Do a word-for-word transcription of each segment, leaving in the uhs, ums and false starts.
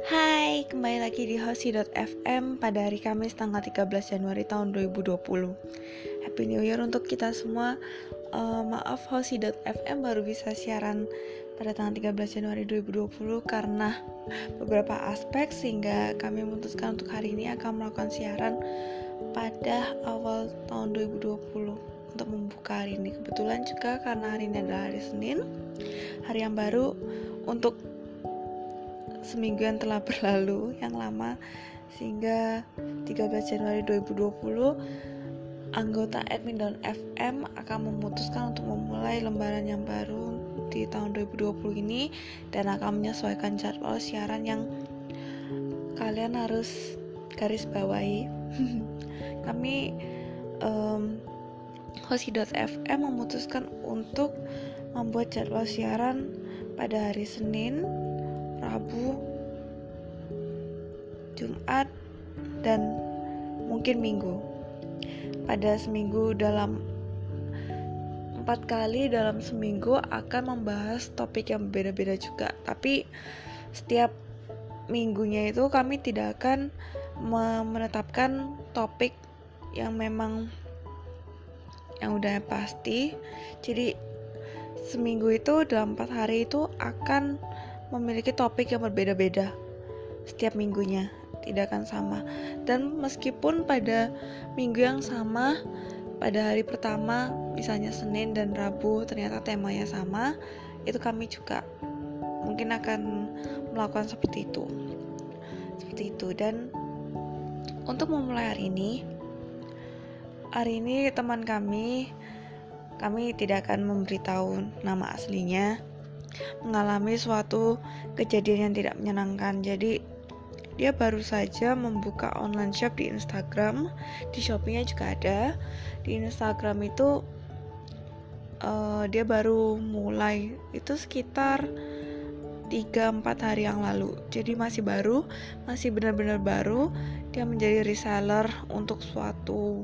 Hai, kembali lagi di hoshi dot f m pada hari Kamis tanggal tiga belas Januari tahun dua ribu dua puluh. Happy New Year untuk kita semua. uh, Maaf, hoshi dot f m baru bisa siaran pada tanggal tiga belas Januari dua ribu dua puluh karena beberapa aspek, sehingga kami memutuskan untuk hari ini akan melakukan siaran pada awal tahun dua ribu dua puluh untuk membuka hari ini. Kebetulan juga karena hari ini adalah hari Senin, hari yang baru untuk seminggu yang telah berlalu yang lama, sehingga tiga belas Januari dua ribu dua puluh anggota admin dan F M akan memutuskan untuk memulai lembaran yang baru di tahun dua ribu dua puluh ini dan akan menyesuaikan jadwal siaran yang kalian harus garis bawahi. Kami um, hoshi dot f m memutuskan untuk membuat jadwal siaran pada hari Senin, Rabu, Jumat, dan mungkin Minggu. Pada seminggu, dalam empat kali dalam seminggu akan membahas topik yang berbeda-beda juga. Tapi setiap minggunya itu kami tidak akan menetapkan topik yang memang yang udah pasti. Jadi seminggu itu dalam empat hari itu akan memiliki topik yang berbeda-beda setiap minggunya, tidak akan sama. Dan meskipun pada minggu yang sama, pada hari pertama misalnya Senin dan Rabu ternyata temanya sama, itu kami juga mungkin akan melakukan seperti itu seperti itu. Dan untuk memulai hari ini hari ini teman kami kami tidak akan memberitahu nama aslinya, mengalami suatu kejadian yang tidak menyenangkan. Jadi dia baru saja membuka online shop di Instagram, di Shopee-nya juga ada. Di Instagram itu uh, dia baru mulai itu sekitar tiga empat hari yang lalu. Jadi masih baru, masih benar-benar baru. Dia menjadi reseller untuk suatu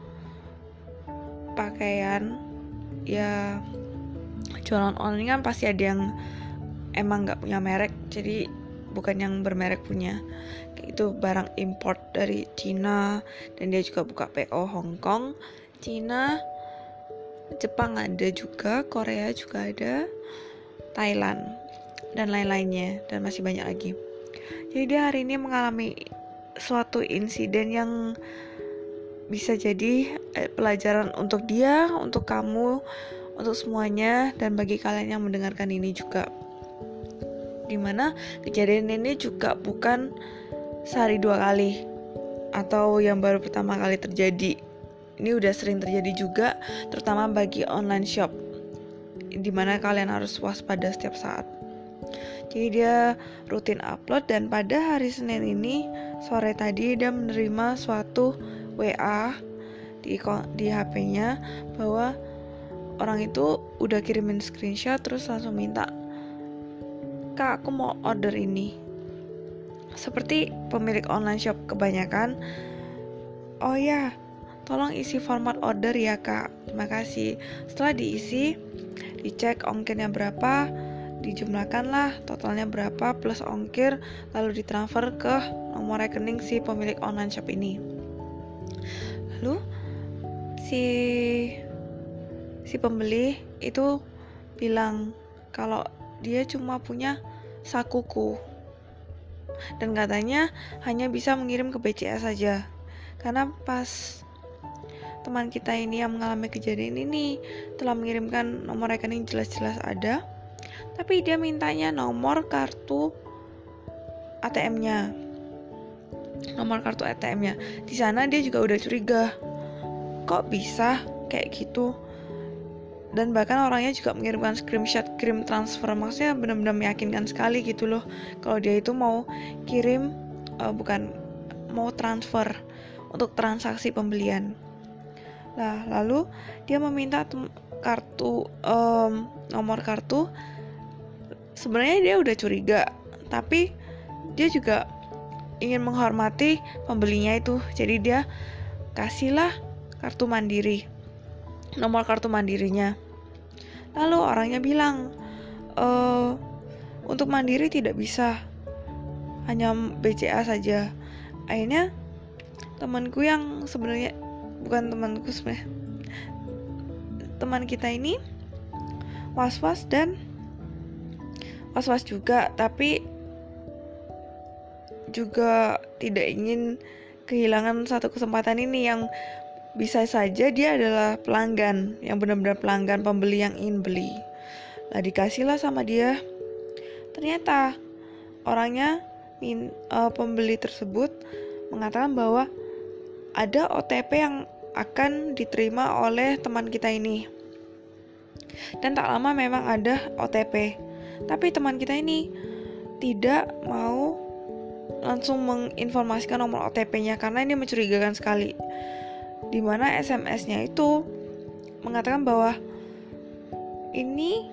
pakaian. Ya, jualan online kan pasti ada yang emang gak punya merek, jadi bukan yang bermerek punya. Itu barang import dari Cina, dan dia juga buka P O Hong Kong, Cina, Jepang ada juga, Korea juga ada, Thailand, dan lain-lainnya, dan masih banyak lagi. Jadi dia hari ini mengalami suatu insiden yang bisa jadi eh, pelajaran untuk dia, untuk kamu, untuk semuanya, dan bagi kalian yang mendengarkan ini juga. Dimana kejadian ini juga bukan sehari dua kali atau yang baru pertama kali terjadi. Ini udah sering terjadi juga, terutama bagi online shop, dimana kalian harus waspada setiap saat. Jadi dia rutin upload, dan pada hari Senin ini sore tadi dia menerima suatu W A di di H P-nya bahwa orang itu udah kirimin screenshot terus langsung minta, "Kak, aku mau order ini." Seperti pemilik online shop kebanyakan, "Oh ya, tolong isi format order ya Kak, terima kasih." Setelah diisi, dicek ongkirnya berapa, dijumlahkanlah totalnya berapa plus ongkir, lalu ditransfer ke nomor rekening si pemilik online shop ini. Lalu si si pembeli itu bilang kalau dia cuma punya sakuku, dan katanya hanya bisa mengirim ke B C S saja. Karena pas teman kita ini yang mengalami kejadian ini telah mengirimkan nomor rekening jelas-jelas ada, tapi dia mintanya nomor kartu A T M-nya. Nomor kartu A T M-nya. Di sana dia juga udah curiga, kok bisa kayak gitu? Dan bahkan orangnya juga mengirimkan screenshot kirim transfer, maksudnya benar-benar meyakinkan sekali gitu loh kalau dia itu mau kirim uh, bukan mau transfer untuk transaksi pembelian. Nah, lalu dia meminta tem- kartu um, nomor kartu. Sebenarnya dia udah curiga, tapi dia juga ingin menghormati pembelinya itu. Jadi dia kasihlah kartu mandiri, nomor kartu mandirinya. Lalu orangnya bilang, e, untuk mandiri tidak bisa, hanya B C A saja. Akhirnya temanku yang sebenarnya bukan temanku sebenarnya, teman kita ini was-was dan was-was juga, tapi juga tidak ingin kehilangan satu kesempatan ini yang bisa saja dia adalah pelanggan, yang benar-benar pelanggan, pembeli yang ingin beli. Lah dikasihlah sama dia. Ternyata orangnya min, uh, pembeli tersebut mengatakan bahwa ada O T P yang akan diterima oleh teman kita ini. Dan tak lama memang ada O T P. Tapi teman kita ini tidak mau langsung menginformasikan nomor O T P-nya karena ini mencurigakan sekali. Dimana S M S-nya itu mengatakan bahwa ini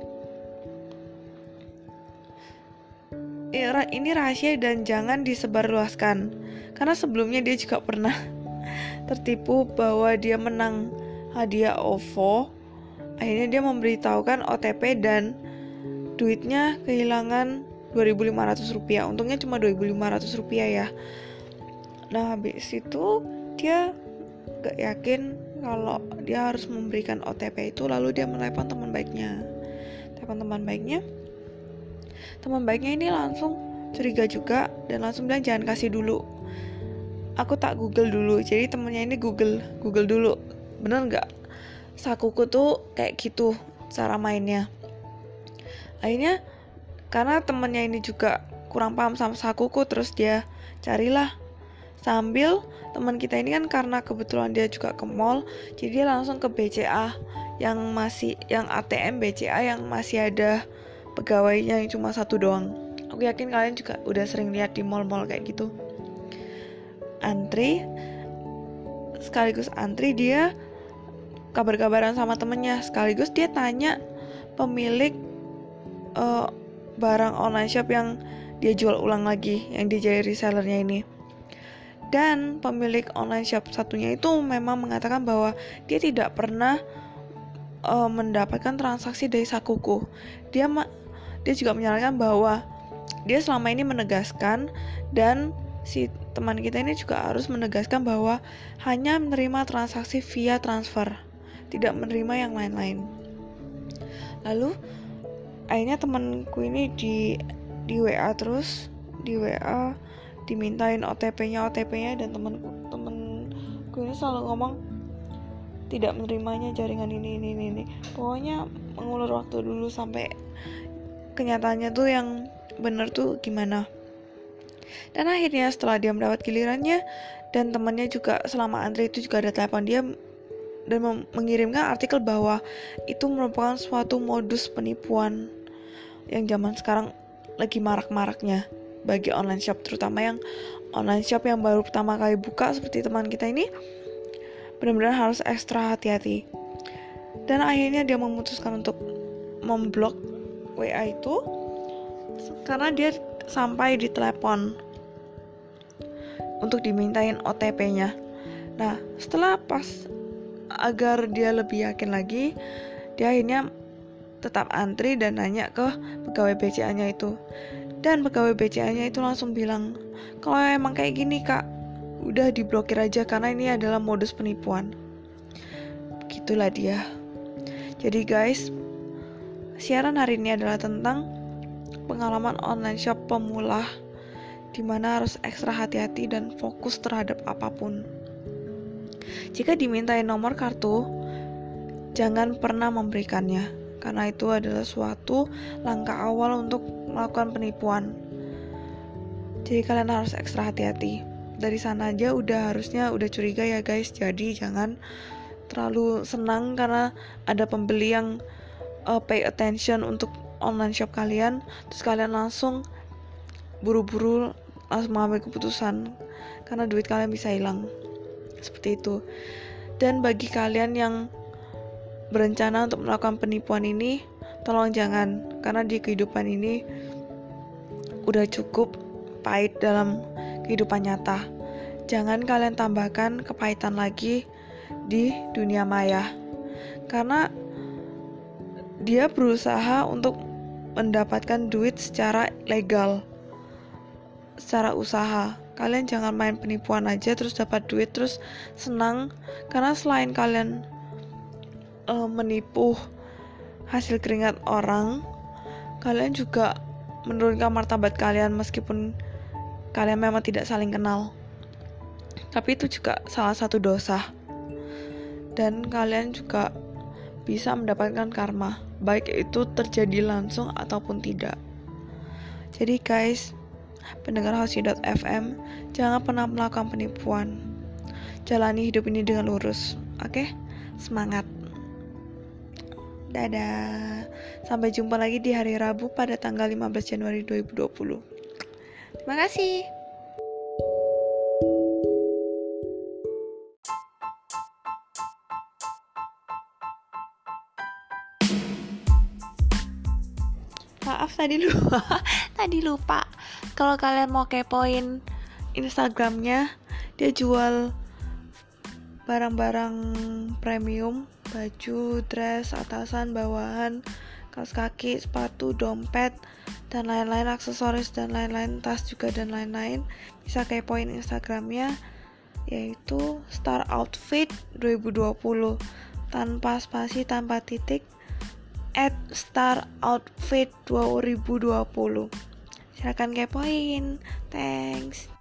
ini rahasia dan jangan disebarluaskan. Karena sebelumnya dia juga pernah tertipu bahwa dia menang hadiah O V O. Akhirnya dia memberitahukan O T P dan duitnya kehilangan dua ribu lima ratus rupiah. Untungnya cuma dua ribu lima ratus rupiah ya. Nah habis itu dia gak yakin kalau dia harus memberikan O T P itu. Lalu dia menelepon teman baiknya. Telepon teman baiknya Teman baiknya ini langsung curiga juga dan langsung bilang jangan kasih dulu, aku tak Google dulu. Jadi temennya ini Google Google dulu, bener nggak Sakuku tuh kayak gitu cara mainnya. Akhirnya karena temennya ini juga kurang paham sama Sakuku, terus dia carilah sambil teman kita ini kan karena kebetulan dia juga ke mall, jadi dia langsung ke B C A yang masih yang A T M B C A yang masih ada pegawainya yang cuma satu doang. Aku yakin kalian juga udah sering lihat di mall-mall kayak gitu. Antri, sekaligus antri dia kabar-kabaran sama temennya, sekaligus dia tanya pemilik uh, barang online shop yang dia jual ulang lagi, yang dia jadi resellernya ini. Dan pemilik online shop satunya itu memang mengatakan bahwa dia tidak pernah uh, mendapatkan transaksi dari Sakuku. Dia ma- dia juga menyarankan bahwa dia selama ini menegaskan, dan si teman kita ini juga harus menegaskan bahwa hanya menerima transaksi via transfer, tidak menerima yang lain-lain. Lalu akhirnya temanku ini di di W A terus, di W A dimintain O T P-nya, O T P-nya, dan temanku temanku ini selalu ngomong tidak menerimanya jaringan ini ini ini. ini. Pokoknya mengulur waktu dulu sampai kenyataannya tuh yang bener tuh gimana. Dan akhirnya setelah dia mendapat gilirannya dan temannya juga selama antri itu juga ada telepon dia dan mem- mengirimkan artikel bahwa itu merupakan suatu modus penipuan yang zaman sekarang lagi marak-maraknya bagi online shop, terutama yang online shop yang baru pertama kali buka seperti teman kita ini, benar-benar harus ekstra hati-hati. Dan akhirnya dia memutuskan untuk memblok W A itu karena dia sampai di telepon untuk dimintain O T P-nya. Nah, setelah pas agar dia lebih yakin lagi, dia akhirnya tetap antri dan nanya ke pegawai B C A-nya itu. Dan pegawai B C A-nya itu langsung bilang, kalau emang kayak gini kak, udah diblokir aja karena ini adalah modus penipuan. Begitulah dia. Jadi guys, siaran hari ini adalah tentang pengalaman online shop pemula, dimana harus ekstra hati-hati dan fokus terhadap apapun. Jika dimintai nomor kartu, jangan pernah memberikannya, karena itu adalah suatu langkah awal untuk melakukan penipuan. Jadi kalian harus ekstra hati-hati. Dari sana aja udah harusnya udah curiga ya guys. Jadi jangan terlalu senang karena ada pembeli yang uh, pay attention untuk online shop kalian, terus kalian langsung buru-buru langsung mengambil keputusan karena duit kalian bisa hilang. Seperti itu. Dan bagi kalian yang berencana untuk melakukan penipuan ini, tolong jangan, karena di kehidupan ini udah cukup pahit dalam kehidupan nyata. Jangan kalian tambahkan kepahitan lagi di dunia maya, karena dia berusaha untuk mendapatkan duit secara legal. secara usaha. Kalian jangan main penipuan aja terus dapat duit terus senang, karena selain kalian uh, menipu hasil keringat orang, kalian juga menurunkan martabat kalian meskipun kalian memang tidak saling kenal. Tapi itu juga salah satu dosa. Dan kalian juga bisa mendapatkan karma, baik itu terjadi langsung ataupun tidak. Jadi guys, pendengar Hoshi dot F M, jangan pernah melakukan penipuan. Jalani hidup ini dengan lurus. Oke? Semangat. Dadah. Sampai jumpa lagi di hari Rabu pada tanggal lima belas Januari dua ribu dua puluh. Terima kasih. Maaf tadi lupa. tadi lupa. Kalau kalian mau kepoin Instagramnya, dia jual barang-barang premium, baju, dress, atasan, bawahan, kaos kaki, sepatu, dompet, dan lain-lain, aksesoris dan lain-lain, tas juga dan lain-lain. Bisa kepoin Instagramnya, yaitu Star Outfit dua ribu dua puluh, tanpa spasi, tanpa titik, at Star Outfit dua ribu dua puluh. Silakan kepoin. Thanks.